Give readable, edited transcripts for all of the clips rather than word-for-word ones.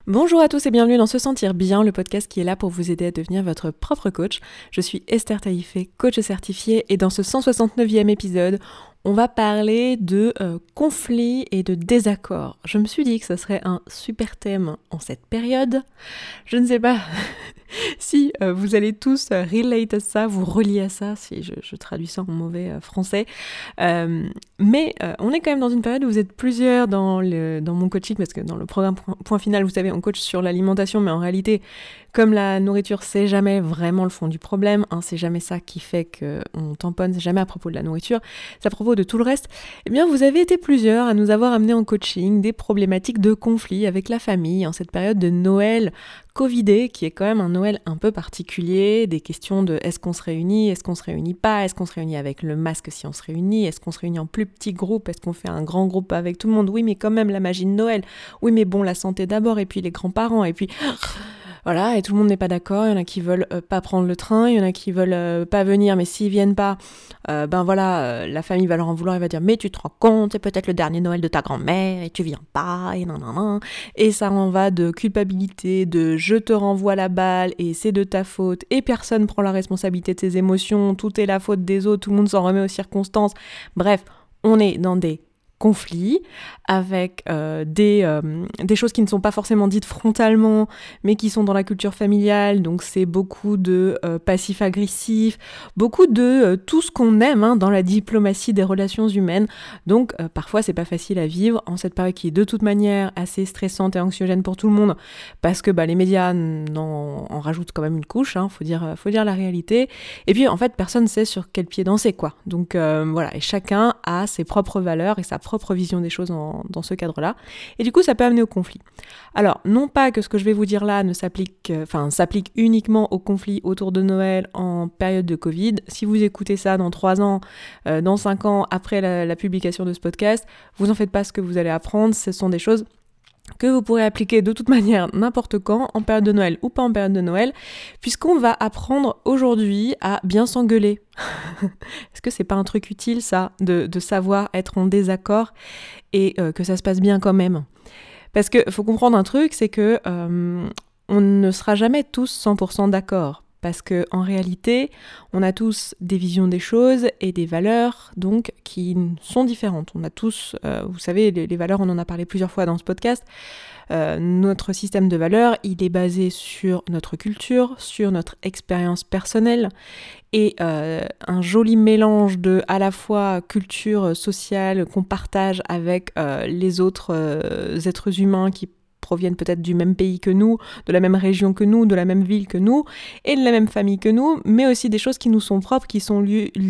Bonjour à tous et bienvenue dans Se Sentir Bien, le podcast qui est là pour vous aider à devenir votre propre coach. Je suis Esther Taïfé, coach certifiée, et dans ce 169e épisode, on va parler de conflits et de désaccords. Je me suis dit que ce serait un super thème en cette période. Je ne sais pas si vous allez tous relate à ça, vous relier à ça, si je traduis ça en mauvais français. Mais on est quand même dans une période où vous êtes plusieurs dans mon coaching, parce que dans le programme Point Final, vous savez, on coach sur l'alimentation, mais en réalité, comme la nourriture, c'est jamais vraiment le fond du problème, c'est jamais ça qui fait qu'on tamponne, c'est jamais à propos de la nourriture, c'est à propos de tout le reste. Eh bien, vous avez été plusieurs à nous avoir amené en coaching des problématiques de conflit avec la famille en cette période de Noël Covidé, qui est quand même un Noël un peu particulier, des questions de est-ce qu'on se réunit, est-ce qu'on se réunit pas, est-ce qu'on se réunit avec le masque si on se réunit, est-ce qu'on se réunit en plus petit groupe, est-ce qu'on fait un grand groupe avec tout le monde, oui mais quand même la magie de Noël, oui mais bon la santé d'abord, et puis les grands-parents, et puis voilà, et tout le monde n'est pas d'accord, il y en a qui veulent pas prendre le train, il y en a qui veulent pas venir, mais s'ils viennent pas, la famille va leur en vouloir, elle va dire mais tu te rends compte, c'est peut-être le dernier Noël de ta grand-mère, et tu viens pas, et nan, et ça en va de culpabilité, de je te renvoie la balle, et c'est de ta faute, et personne prend la responsabilité de ses émotions, tout est la faute des autres, tout le monde s'en remet aux circonstances, bref, on est dans des conflits avec des choses qui ne sont pas forcément dites frontalement mais qui sont dans la culture familiale, donc c'est beaucoup de passif-agressif, beaucoup de tout ce qu'on aime dans la diplomatie des relations humaines, donc parfois c'est pas facile à vivre en cette période qui est de toute manière assez stressante et anxiogène pour tout le monde parce que les médias en rajoutent quand même une couche, faut dire la réalité, et puis en fait personne sait sur quel pied danser quoi, donc voilà, et chacun a ses propres valeurs et sa propre vision des choses dans ce cadre-là. Et du coup, ça peut amener au conflit. Alors, non pas que ce que je vais vous dire là s'applique uniquement au conflit autour de Noël en période de Covid. Si vous écoutez ça dans 3 ans, dans 5 ans, après la publication de ce podcast, vous en faites pas ce que vous allez apprendre. Ce sont des choses que vous pourrez appliquer de toute manière n'importe quand, en période de Noël ou pas en période de Noël, puisqu'on va apprendre aujourd'hui à bien s'engueuler. Est-ce que c'est pas un truc utile ça, de savoir être en désaccord et que ça se passe bien quand même ? Parce que faut comprendre un truc, c'est que on ne sera jamais tous 100% d'accord. Parce qu'en réalité, on a tous des visions des choses et des valeurs donc qui sont différentes. On a tous, vous savez, les valeurs, on en a parlé plusieurs fois dans ce podcast. Notre système de valeurs, il est basé sur notre culture, sur notre expérience personnelle et un joli mélange de à la fois culture sociale qu'on partage avec les autres êtres humains qui proviennent peut-être du même pays que nous, de la même région que nous, de la même ville que nous, et de la même famille que nous, mais aussi des choses qui nous sont propres, qui sont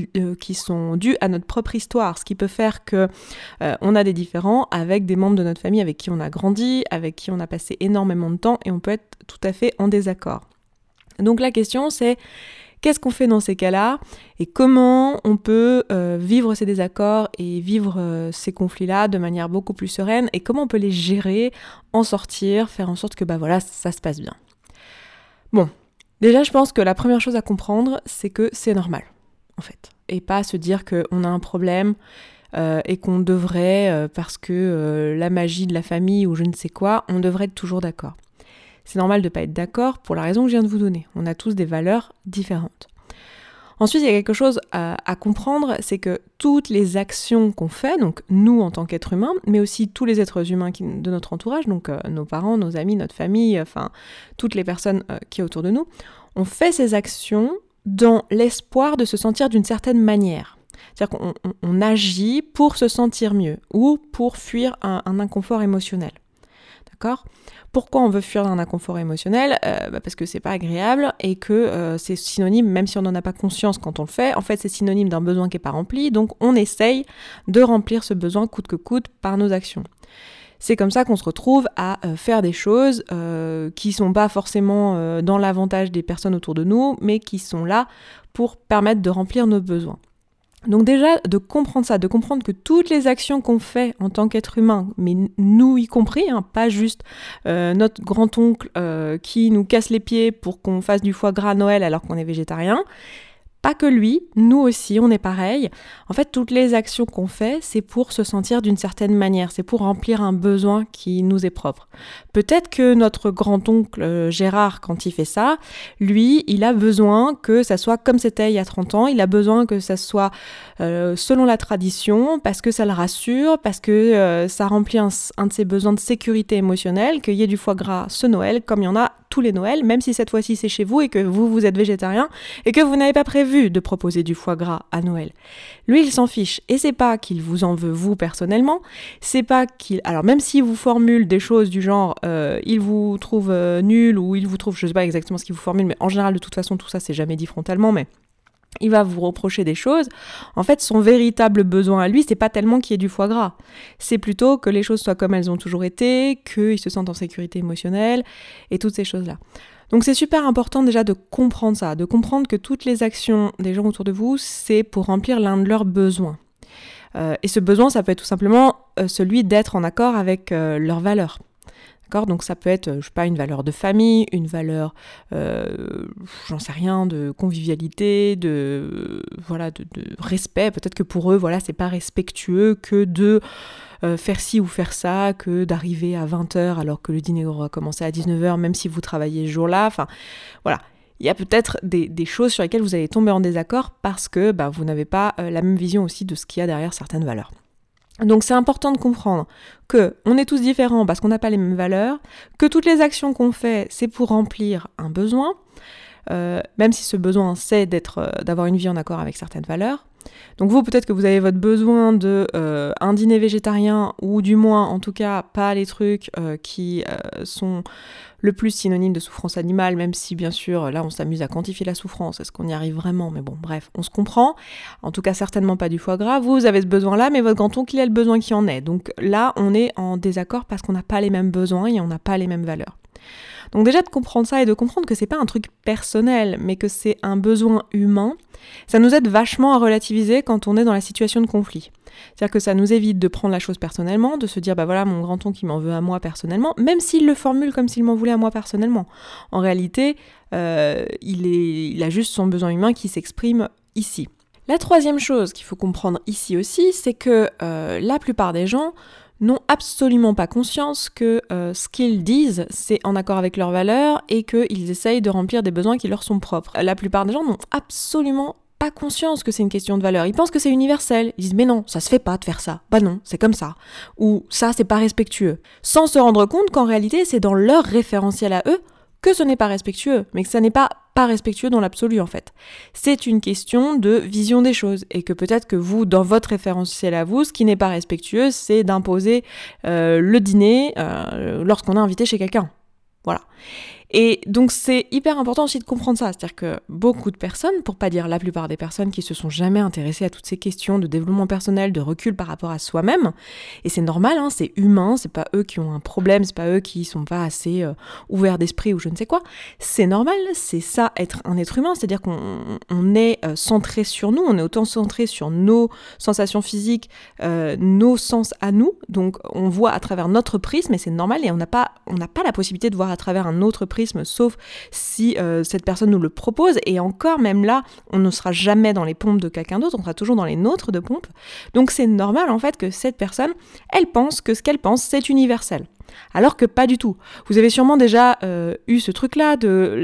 dues à notre propre histoire, ce qui peut faire que on a des différends avec des membres de notre famille avec qui on a grandi, avec qui on a passé énormément de temps, et on peut être tout à fait en désaccord. Donc la question c'est, qu'est-ce qu'on fait dans ces cas-là et comment on peut vivre ces désaccords et vivre ces conflits-là de manière beaucoup plus sereine et comment on peut les gérer, en sortir, faire en sorte que ça se passe bien. Bon, déjà je pense que la première chose à comprendre, c'est que c'est normal, en fait. Et pas se dire qu'on a un problème et qu'on devrait, parce que la magie de la famille ou je ne sais quoi, on devrait être toujours d'accord. C'est normal de ne pas être d'accord pour la raison que je viens de vous donner. On a tous des valeurs différentes. Ensuite, il y a quelque chose à comprendre, c'est que toutes les actions qu'on fait, donc nous en tant qu'êtres humains, mais aussi tous les êtres humains de notre entourage, donc nos parents, nos amis, notre famille, toutes les personnes qui sont autour de nous, on fait ces actions dans l'espoir de se sentir d'une certaine manière. C'est-à-dire qu'on agit pour se sentir mieux ou pour fuir un inconfort émotionnel. D'accord ? Pourquoi on veut fuir d'un inconfort émotionnel ? Parce que c'est pas agréable et que c'est synonyme, même si on n'en a pas conscience quand on le fait, en fait c'est synonyme d'un besoin qui n'est pas rempli, donc on essaye de remplir ce besoin coûte que coûte par nos actions. C'est comme ça qu'on se retrouve à faire des choses qui sont pas forcément dans l'avantage des personnes autour de nous, mais qui sont là pour permettre de remplir nos besoins. Donc déjà, de comprendre ça, de comprendre que toutes les actions qu'on fait en tant qu'être humain, mais nous y compris, pas juste notre grand-oncle qui nous casse les pieds pour qu'on fasse du foie gras à Noël alors qu'on est végétarien, Pas que lui, nous aussi, on est pareil. En fait, toutes les actions qu'on fait, c'est pour se sentir d'une certaine manière, c'est pour remplir un besoin qui nous est propre. Peut-être que notre grand-oncle Gérard, quand il fait ça, lui, il a besoin que ça soit comme c'était il y a 30 ans, il a besoin que ça soit selon la tradition, parce que ça le rassure, parce que ça remplit un de ses besoins de sécurité émotionnelle, qu'il y ait du foie gras ce Noël, comme il y en a tous les Noëls, même si cette fois-ci c'est chez vous et que vous êtes végétarien et que vous n'avez pas prévu de proposer du foie gras à Noël. Lui, il s'en fiche. Et c'est pas qu'il vous en veut vous personnellement, c'est pas qu'il... Alors même s'il vous formule des choses du genre il vous trouve nul ou il vous trouve, je sais pas exactement ce qu'il vous formule, mais en général de toute façon tout ça c'est jamais dit frontalement, mais il va vous reprocher des choses. En fait, son véritable besoin à lui, c'est pas tellement qu'il y ait du foie gras. C'est plutôt que les choses soient comme elles ont toujours été, qu'il se sente en sécurité émotionnelle et toutes ces choses-là. Donc c'est super important déjà de comprendre ça, de comprendre que toutes les actions des gens autour de vous, c'est pour remplir l'un de leurs besoins. Et ce besoin, ça peut être tout simplement celui d'être en accord avec leurs valeurs. D'accord ? Donc ça peut être, je sais pas, une valeur de famille, une valeur, j'en sais rien, de convivialité, de respect. Peut-être que pour eux, voilà, c'est pas respectueux que de faire ci ou faire ça, que d'arriver à 20h alors que le dîner aura commencé à 19h, même si vous travaillez ce jour-là. Enfin, voilà. Il y a peut-être des choses sur lesquelles vous allez tomber en désaccord parce que vous n'avez pas la même vision aussi de ce qu'il y a derrière certaines valeurs. Donc c'est important de comprendre qu'on est tous différents parce qu'on n'a pas les mêmes valeurs, que toutes les actions qu'on fait, c'est pour remplir un besoin, même si ce besoin c'est d'avoir une vie en accord avec certaines valeurs. Donc vous, peut-être que vous avez votre besoin de un dîner végétarien, ou du moins, en tout cas, pas les trucs qui sont le plus synonymes de souffrance animale, même si, bien sûr, là, on s'amuse à quantifier la souffrance. Est-ce qu'on y arrive vraiment ? Mais bon, bref, on se comprend. En tout cas, certainement pas du foie gras. Vous avez ce besoin-là, mais votre grand-oncle, il a le besoin qui en est. Donc là, on est en désaccord parce qu'on n'a pas les mêmes besoins et on n'a pas les mêmes valeurs. Donc déjà, de comprendre ça et de comprendre que c'est pas un truc personnel, mais que c'est un besoin humain, ça nous aide vachement à relativiser quand on est dans la situation de conflit. C'est-à-dire que ça nous évite de prendre la chose personnellement, de se dire voilà, mon grand-oncle il m'en veut à moi personnellement, même s'il le formule comme s'il m'en voulait à moi personnellement. En réalité, il a juste son besoin humain qui s'exprime ici. La troisième chose qu'il faut comprendre ici aussi, c'est que la plupart des gens n'ont absolument pas conscience que ce qu'ils disent, c'est en accord avec leurs valeurs et qu'ils essayent de remplir des besoins qui leur sont propres. La plupart des gens n'ont absolument pas conscience que c'est une question de valeur. Ils pensent que c'est universel. Ils disent « mais non, ça se fait pas de faire ça. Bah non, c'est comme ça. » Ou « ça, c'est pas respectueux. » Sans se rendre compte qu'en réalité, c'est dans leur référentiel à eux que ce n'est pas respectueux, mais que ça n'est pas respectueux dans l'absolu en fait. C'est une question de vision des choses et que peut-être que vous, dans votre référentiel à vous, ce qui n'est pas respectueux, c'est d'imposer le dîner lorsqu'on est invité chez quelqu'un. Voilà. Et donc c'est hyper important aussi de comprendre ça, c'est-à-dire que beaucoup de personnes, pour pas dire la plupart des personnes qui se sont jamais intéressées à toutes ces questions de développement personnel, de recul par rapport à soi-même, et c'est normal, hein, c'est humain, c'est pas eux qui ont un problème, c'est pas eux qui sont pas assez ouverts d'esprit ou je ne sais quoi, c'est normal, c'est ça être un être humain, c'est-à-dire qu'on est centré sur nous, on est autant centré sur nos sensations physiques, nos sens à nous, donc on voit à travers notre prisme et c'est normal et on n'a pas la possibilité de voir à travers un autre prisme, sauf si cette personne nous le propose, et encore même là on ne sera jamais dans les pompes de quelqu'un d'autre, on sera toujours dans les nôtres de pompe, donc c'est normal en fait que cette personne elle pense que ce qu'elle pense c'est universel, alors que pas du tout. Vous avez sûrement déjà eu ce truc là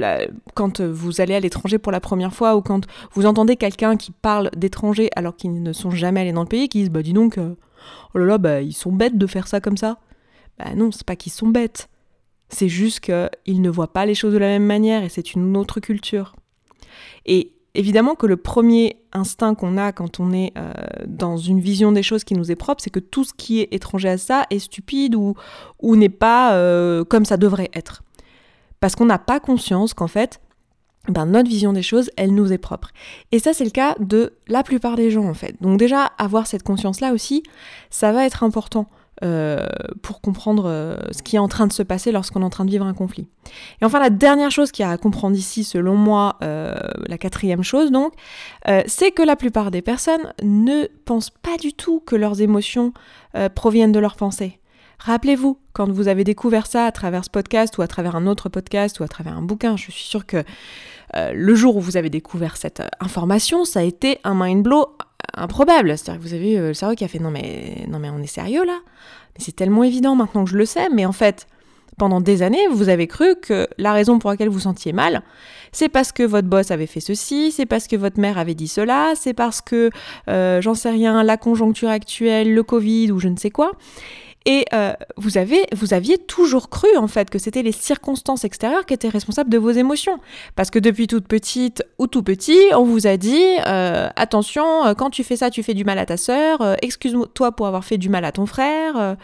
quand vous allez à l'étranger pour la première fois, ou quand vous entendez quelqu'un qui parle d'étrangers alors qu'ils ne sont jamais allés dans le pays, qui disent dis donc oh là là ils sont bêtes de faire ça comme ça. Non, c'est pas qu'ils sont bêtes. C'est juste qu'ils ne voient pas les choses de la même manière et c'est une autre culture. Et évidemment que le premier instinct qu'on a quand on est dans une vision des choses qui nous est propre, c'est que tout ce qui est étranger à ça est stupide ou n'est pas comme ça devrait être. Parce qu'on n'a pas conscience qu'en fait, notre vision des choses, elle nous est propre. Et ça, c'est le cas de la plupart des gens en fait. Donc déjà, avoir cette conscience-là aussi, ça va être important. Pour comprendre ce qui est en train de se passer lorsqu'on est en train de vivre un conflit. Et enfin, la dernière chose qu'il y a à comprendre ici, selon moi, la quatrième chose donc, c'est que la plupart des personnes ne pensent pas du tout que leurs émotions proviennent de leurs pensées. Rappelez-vous, quand vous avez découvert ça à travers ce podcast ou à travers un autre podcast ou à travers un bouquin, je suis sûre que le jour où vous avez découvert cette information, ça a été un mind blow improbable. C'est-à-dire que vous avez eu le cerveau qui a fait non mais on est sérieux là ? Mais c'est tellement évident maintenant que je le sais, mais en fait, pendant des années, vous avez cru que la raison pour laquelle vous sentiez mal, c'est parce que votre boss avait fait ceci, c'est parce que votre mère avait dit cela, c'est parce que, j'en sais rien, la conjoncture actuelle, le Covid ou je ne sais quoi. Et vous aviez toujours cru en fait que c'était les circonstances extérieures qui étaient responsables de vos émotions. Parce que depuis toute petite ou tout petit, on vous a dit attention, quand tu fais ça, tu fais du mal à ta sœur, excuse-toi pour avoir fait du mal à ton frère,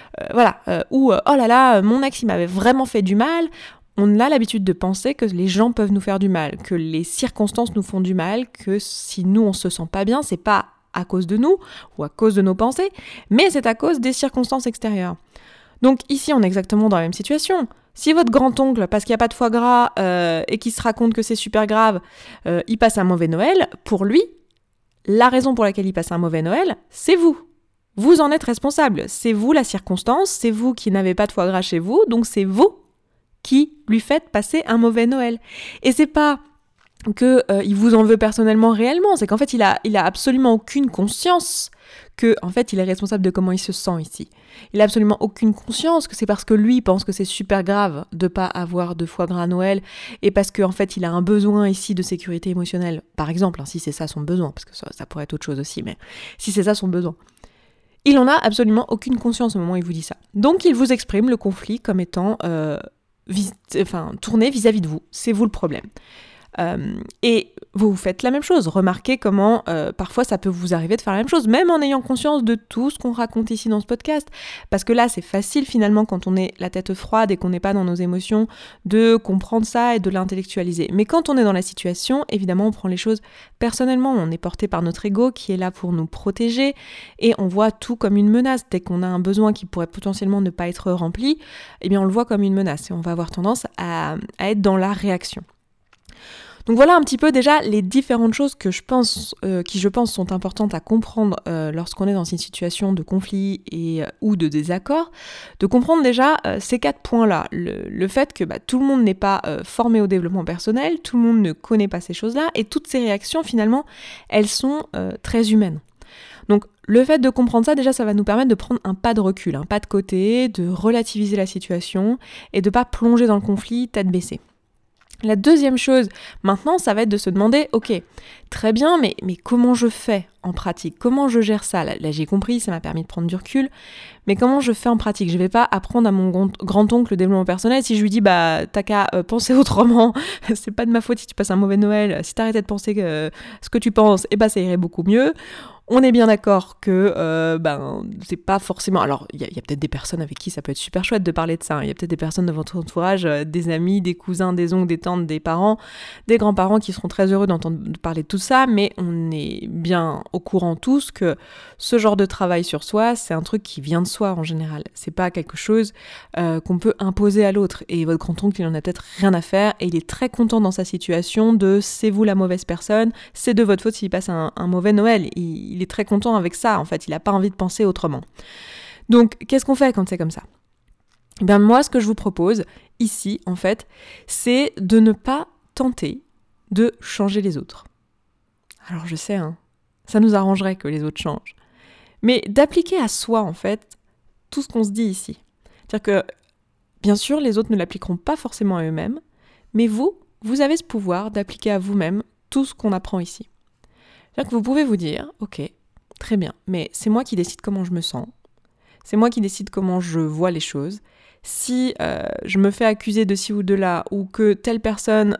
ou oh là là, mon ex il m'avait vraiment fait du mal. On a l'habitude de penser que les gens peuvent nous faire du mal, que les circonstances nous font du mal, que si nous on se sent pas bien, c'est pas à cause de nous ou à cause de nos pensées, mais c'est à cause des circonstances extérieures. Donc ici, on est exactement dans la même situation. Si votre grand-oncle, parce qu'il n'y a pas de foie gras et qu'il se raconte que c'est super grave, il passe un mauvais Noël, pour lui, la raison pour laquelle il passe un mauvais Noël, c'est vous. Vous en êtes responsable. C'est vous la circonstance, c'est vous qui n'avez pas de foie gras chez vous, donc c'est vous qui lui faites passer un mauvais Noël. Et c'est pas que il vous en veut personnellement réellement, c'est qu'en fait il a absolument aucune conscience que en fait il est responsable de comment il se sent ici. Il a absolument aucune conscience que c'est parce que lui pense que c'est super grave de pas avoir de foie gras à Noël et parce que en fait il a un besoin ici de sécurité émotionnelle, par exemple, si c'est ça son besoin, parce que ça pourrait être autre chose aussi, mais si c'est ça son besoin. Il en a absolument aucune conscience au moment où il vous dit ça. Donc il vous exprime le conflit comme étant tourné vis-à-vis de vous. C'est vous le problème. Et vous faites la même chose. Remarquez comment parfois ça peut vous arriver de faire la même chose, même en ayant conscience de tout ce qu'on raconte ici dans ce podcast. Parce que là, c'est facile finalement quand on est la tête froide et qu'on n'est pas dans nos émotions de comprendre ça et de l'intellectualiser. Mais quand on est dans la situation, évidemment, on prend les choses personnellement. On est porté par notre ego qui est là pour nous protéger et on voit tout comme une menace. Dès qu'on a un besoin qui pourrait potentiellement ne pas être rempli, eh bien on le voit comme une menace et on va avoir tendance à être dans la réaction. Donc voilà un petit peu déjà les différentes choses que je pense sont importantes à comprendre lorsqu'on est dans une situation de conflit ou de désaccord, de comprendre déjà ces 4 points-là. Le fait que tout le monde n'est pas formé au développement personnel, tout le monde ne connaît pas ces choses-là, et toutes ces réactions finalement, elles sont très humaines. Donc le fait de comprendre ça, déjà ça va nous permettre de prendre un pas de recul, un pas de côté, de relativiser la situation et de pas plonger dans le conflit tête baissée. La deuxième chose, maintenant, ça va être de se demander, ok, très bien, mais comment je fais en pratique ? Comment je gère ça ? Là, j'ai compris, ça m'a permis de prendre du recul, mais comment je fais en pratique ? Je vais pas apprendre à mon grand-oncle le développement personnel si je lui dis, t'as qu'à penser autrement, c'est pas de ma faute si tu passes un mauvais Noël, si t'arrêtais de penser ce que tu penses, ça irait beaucoup mieux. On est bien d'accord que c'est pas forcément... Alors, il y a peut-être des personnes avec qui ça peut être super chouette de parler de ça. Il y a peut-être des personnes de votre entourage, des amis, des cousins, des oncles, des tantes, des parents, des grands-parents qui seront très heureux d'entendre parler de tout ça, mais on est bien au courant tous que ce genre de travail sur soi, c'est un truc qui vient de soi en général. C'est pas quelque chose qu'on peut imposer à l'autre. Et votre grand-oncle, il en a peut-être rien à faire et il est très content dans sa situation de « c'est vous la mauvaise personne, c'est de votre faute s'il passe un mauvais Noël ». Il est très content avec ça, en fait, il n'a pas envie de penser autrement. Donc, qu'est-ce qu'on fait quand c'est comme ça ? Eh bien, moi, ce que je vous propose, ici, en fait, c'est de ne pas tenter de changer les autres. Alors, je sais, ça nous arrangerait que les autres changent. Mais d'appliquer à soi, en fait, tout ce qu'on se dit ici. C'est-à-dire que, bien sûr, les autres ne l'appliqueront pas forcément à eux-mêmes, mais vous avez ce pouvoir d'appliquer à vous-même tout ce qu'on apprend ici. C'est-à-dire que vous pouvez vous dire, ok, très bien, mais c'est moi qui décide comment je me sens, c'est moi qui décide comment je vois les choses. Si je me fais accuser de ci ou de là, ou que telle personne,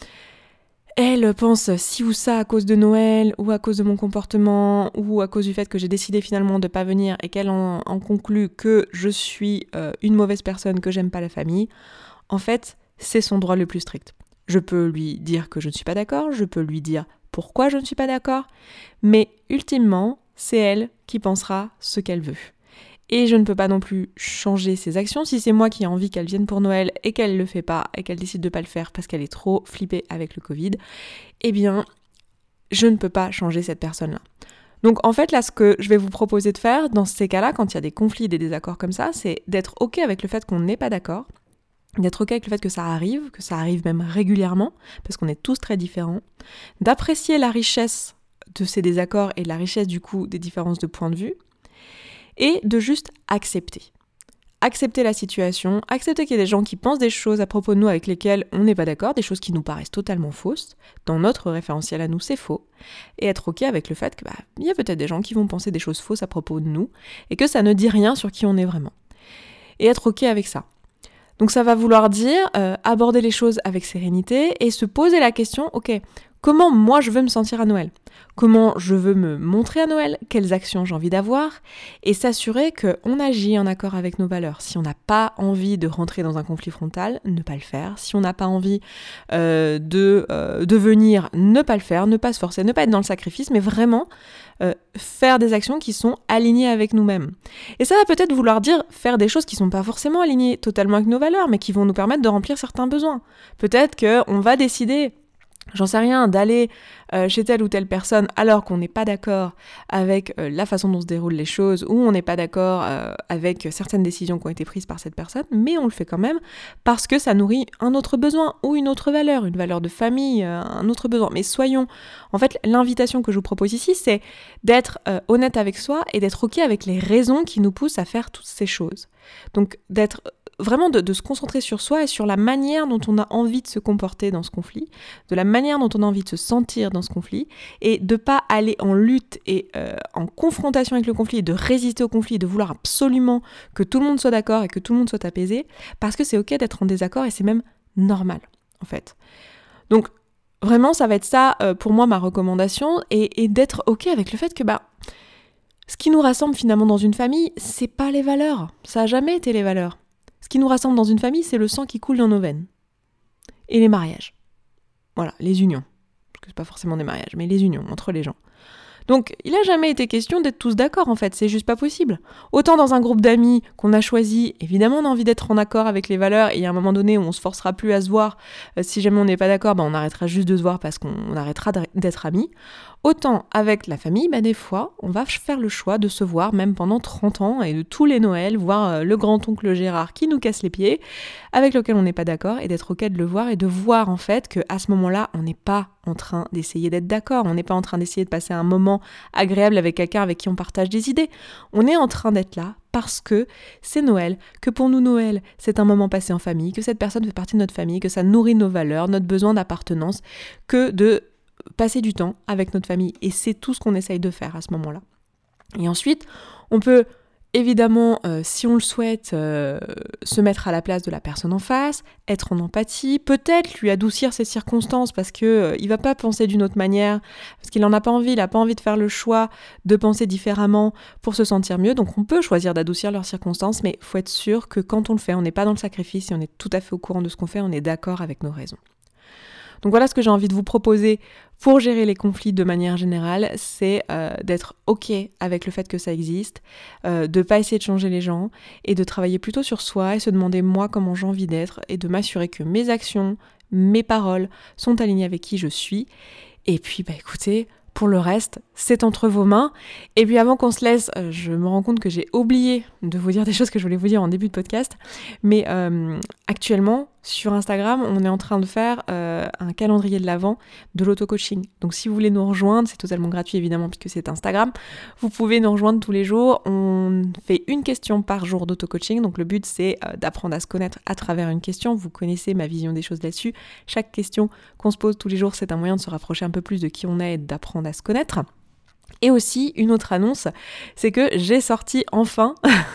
elle pense ci ou ça à cause de Noël, ou à cause de mon comportement, ou à cause du fait que j'ai décidé finalement de ne pas venir, et qu'elle en conclut que je suis une mauvaise personne, que j'aime pas la famille, en fait, c'est son droit le plus strict. Je peux lui dire que je ne suis pas d'accord, je peux lui dire pourquoi je ne suis pas d'accord, mais ultimement, c'est elle qui pensera ce qu'elle veut. Et je ne peux pas non plus changer ses actions. Si c'est moi qui ai envie qu'elle vienne pour Noël et qu'elle ne le fait pas et qu'elle décide de ne pas le faire parce qu'elle est trop flippée avec le Covid, eh bien, je ne peux pas changer cette personne-là. Donc en fait, là, ce que je vais vous proposer de faire dans ces cas-là, quand il y a des conflits et des désaccords comme ça, c'est d'être OK avec le fait qu'on n'est pas d'accord, d'être OK avec le fait que ça arrive même régulièrement, parce qu'on est tous très différents, d'apprécier la richesse de ces désaccords et la richesse du coup des différences de point de vue, et de juste accepter. Accepter la situation, accepter qu'il y a des gens qui pensent des choses à propos de nous avec lesquelles on n'est pas d'accord, des choses qui nous paraissent totalement fausses. Dans notre référentiel à nous, c'est faux. Et être OK avec le fait que il y a peut-être des gens qui vont penser des choses fausses à propos de nous et que ça ne dit rien sur qui on est vraiment. Et être OK avec ça. Donc ça va vouloir dire aborder les choses avec sérénité et se poser la question, OK, comment moi je veux me sentir à Noël ? Comment je veux me montrer à Noël ? Quelles actions j'ai envie d'avoir ? Et s'assurer qu'on agit en accord avec nos valeurs. Si on n'a pas envie de rentrer dans un conflit frontal, ne pas le faire. Si on n'a pas envie de venir, ne pas le faire, ne pas se forcer, ne pas être dans le sacrifice, mais vraiment faire des actions qui sont alignées avec nous-mêmes. Et ça va peut-être vouloir dire faire des choses qui ne sont pas forcément alignées totalement avec nos valeurs, mais qui vont nous permettre de remplir certains besoins. Peut-être qu'on va décider, j'en sais rien, d'aller chez telle ou telle personne alors qu'on n'est pas d'accord avec la façon dont se déroulent les choses ou on n'est pas d'accord avec certaines décisions qui ont été prises par cette personne, mais on le fait quand même parce que ça nourrit un autre besoin ou une autre valeur, une valeur de famille, un autre besoin. Mais en fait, l'invitation que je vous propose ici, c'est d'être honnête avec soi et d'être OK avec les raisons qui nous poussent à faire toutes ces choses. Donc d'être vraiment de se concentrer sur soi et sur la manière dont on a envie de se comporter dans ce conflit, de la manière dont on a envie de se sentir dans ce conflit, et de pas aller en lutte et en confrontation avec le conflit, et de résister au conflit, et de vouloir absolument que tout le monde soit d'accord et que tout le monde soit apaisé, parce que c'est OK d'être en désaccord et c'est même normal, en fait. Donc, vraiment, ça va être ça, pour moi, ma recommandation, et d'être OK avec le fait que, ce qui nous rassemble finalement dans une famille, c'est pas les valeurs. Ça a jamais été les valeurs. Ce qui nous rassemble dans une famille, c'est le sang qui coule dans nos veines. Et les mariages. Voilà, les unions. Parce que c'est pas forcément des mariages, mais les unions entre les gens. Donc, il n'a jamais été question d'être tous d'accord, en fait. C'est juste pas possible. Autant dans un groupe d'amis qu'on a choisi, évidemment, on a envie d'être en accord avec les valeurs, et à un moment donné où on se forcera plus à se voir, si jamais on n'est pas d'accord, on arrêtera juste de se voir parce qu'on arrêtera d'être amis. Autant avec la famille, des fois, on va faire le choix de se voir même pendant 30 ans et de tous les Noëls, voir le grand-oncle Gérard qui nous casse les pieds, avec lequel on n'est pas d'accord, et d'être OK de le voir et de voir en fait qu'à ce moment-là, on n'est pas en train d'essayer d'être d'accord, on n'est pas en train d'essayer de passer un moment agréable avec quelqu'un avec qui on partage des idées. On est en train d'être là parce que c'est Noël, que pour nous Noël, c'est un moment passé en famille, que cette personne fait partie de notre famille, que ça nourrit nos valeurs, notre besoin d'appartenance, que de passer du temps avec notre famille. Et c'est tout ce qu'on essaye de faire à ce moment-là. Et ensuite, on peut évidemment, si on le souhaite, se mettre à la place de la personne en face, être en empathie, peut-être lui adoucir ses circonstances parce que il va pas penser d'une autre manière, parce qu'il en a pas envie, il a pas envie de faire le choix de penser différemment pour se sentir mieux. Donc on peut choisir d'adoucir leurs circonstances, mais faut être sûr que quand on le fait, on n'est pas dans le sacrifice et on est tout à fait au courant de ce qu'on fait, on est d'accord avec nos raisons. Donc voilà ce que j'ai envie de vous proposer pour gérer les conflits de manière générale, c'est d'être OK avec le fait que ça existe, de ne pas essayer de changer les gens et de travailler plutôt sur soi et se demander moi comment j'ai envie d'être et de m'assurer que mes actions, mes paroles sont alignées avec qui je suis. Et puis écoutez, pour le reste, c'est entre vos mains. Et puis avant qu'on se laisse, je me rends compte que j'ai oublié de vous dire des choses que je voulais vous dire en début de podcast. Mais actuellement, sur Instagram, on est en train de faire un calendrier de l'Avent de l'auto-coaching. Donc si vous voulez nous rejoindre, c'est totalement gratuit évidemment puisque c'est Instagram. Vous pouvez nous rejoindre tous les jours. On fait une question par jour d'auto-coaching. Donc le but c'est d'apprendre à se connaître à travers une question. Vous connaissez ma vision des choses là-dessus. Chaque question qu'on se pose tous les jours, c'est un moyen de se rapprocher un peu plus de qui on est et d'apprendre à se connaître. Et aussi, une autre annonce, c'est que j'ai sorti enfin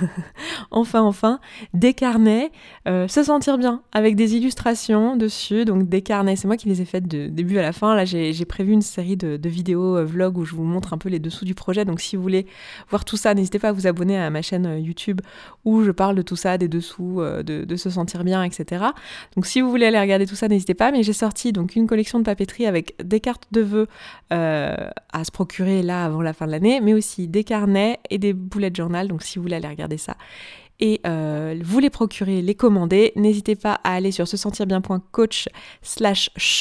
des carnets, se sentir bien, avec des illustrations dessus, donc des carnets, c'est moi qui les ai faites de début à la fin. Là, j'ai prévu une série de vidéos vlog où je vous montre un peu les dessous du projet, donc si vous voulez voir tout ça, n'hésitez pas à vous abonner à ma chaîne YouTube où je parle de tout ça, des dessous, de se sentir bien, etc. Donc si vous voulez aller regarder tout ça, n'hésitez pas, mais j'ai sorti donc une collection de papeterie avec des cartes de vœux à se procurer là avant la fin de l'année, mais aussi des carnets et des bullet journal, donc si vous voulez aller regarder ça et vous les procurer, les commander, n'hésitez pas à aller sur se sentir bien.coach/shop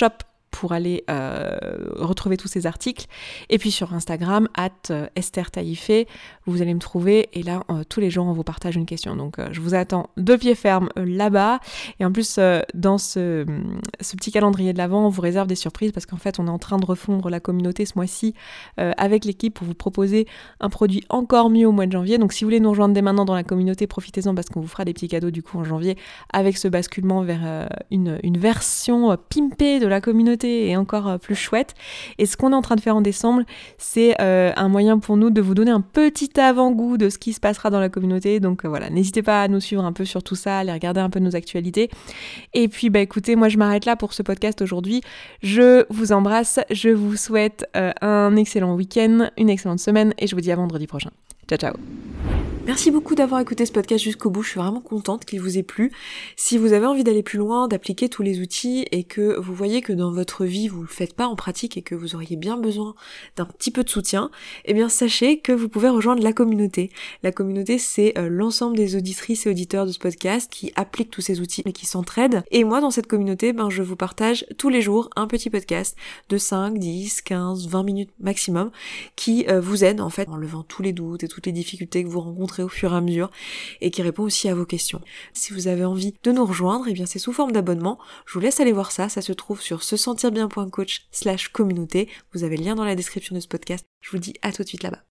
pour aller retrouver tous ces articles. Et puis sur Instagram, @EstherTaïfé, vous allez me trouver. Et là, tous les jours, on vous partage une question. Donc, je vous attends de pied ferme là-bas. Et en plus, dans ce petit calendrier de l'Avent, on vous réserve des surprises parce qu'en fait, on est en train de refondre la communauté ce mois-ci avec l'équipe pour vous proposer un produit encore mieux au mois de janvier. Donc, si vous voulez nous rejoindre dès maintenant dans la communauté, profitez-en parce qu'on vous fera des petits cadeaux du coup en janvier avec ce basculement vers une version pimpée de la communauté et encore plus chouette. Et ce qu'on est en train de faire en décembre, c'est un moyen pour nous de vous donner un petit avant-goût de ce qui se passera dans la communauté. Donc voilà, n'hésitez pas à nous suivre un peu sur tout ça, à aller regarder un peu nos actualités. Et puis écoutez, moi je m'arrête là pour ce podcast aujourd'hui. Je vous embrasse, je vous souhaite un excellent week-end, une excellente semaine et je vous dis à vendredi prochain. Ciao ciao. Merci beaucoup d'avoir écouté ce podcast jusqu'au bout, je suis vraiment contente qu'il vous ait plu. Si vous avez envie d'aller plus loin, d'appliquer tous les outils et que vous voyez que dans votre vie vous le faites pas en pratique et que vous auriez bien besoin d'un petit peu de soutien, eh bien sachez que vous pouvez rejoindre la communauté. La communauté, c'est l'ensemble des auditrices et auditeurs de ce podcast qui appliquent tous ces outils et qui s'entraident. Et moi dans cette communauté, je vous partage tous les jours un petit podcast de 5, 10, 15, 20 minutes maximum qui vous aide en fait en levant tous les doutes et toutes les difficultés que vous rencontrez au fur et à mesure et qui répond aussi à vos questions. Si vous avez envie de nous rejoindre, eh bien c'est sous forme d'abonnement. Je vous laisse aller voir ça se trouve sur sesentirbien.coach/communauté. Vous avez le lien dans la description de ce podcast. Je vous dis à tout de suite là-bas.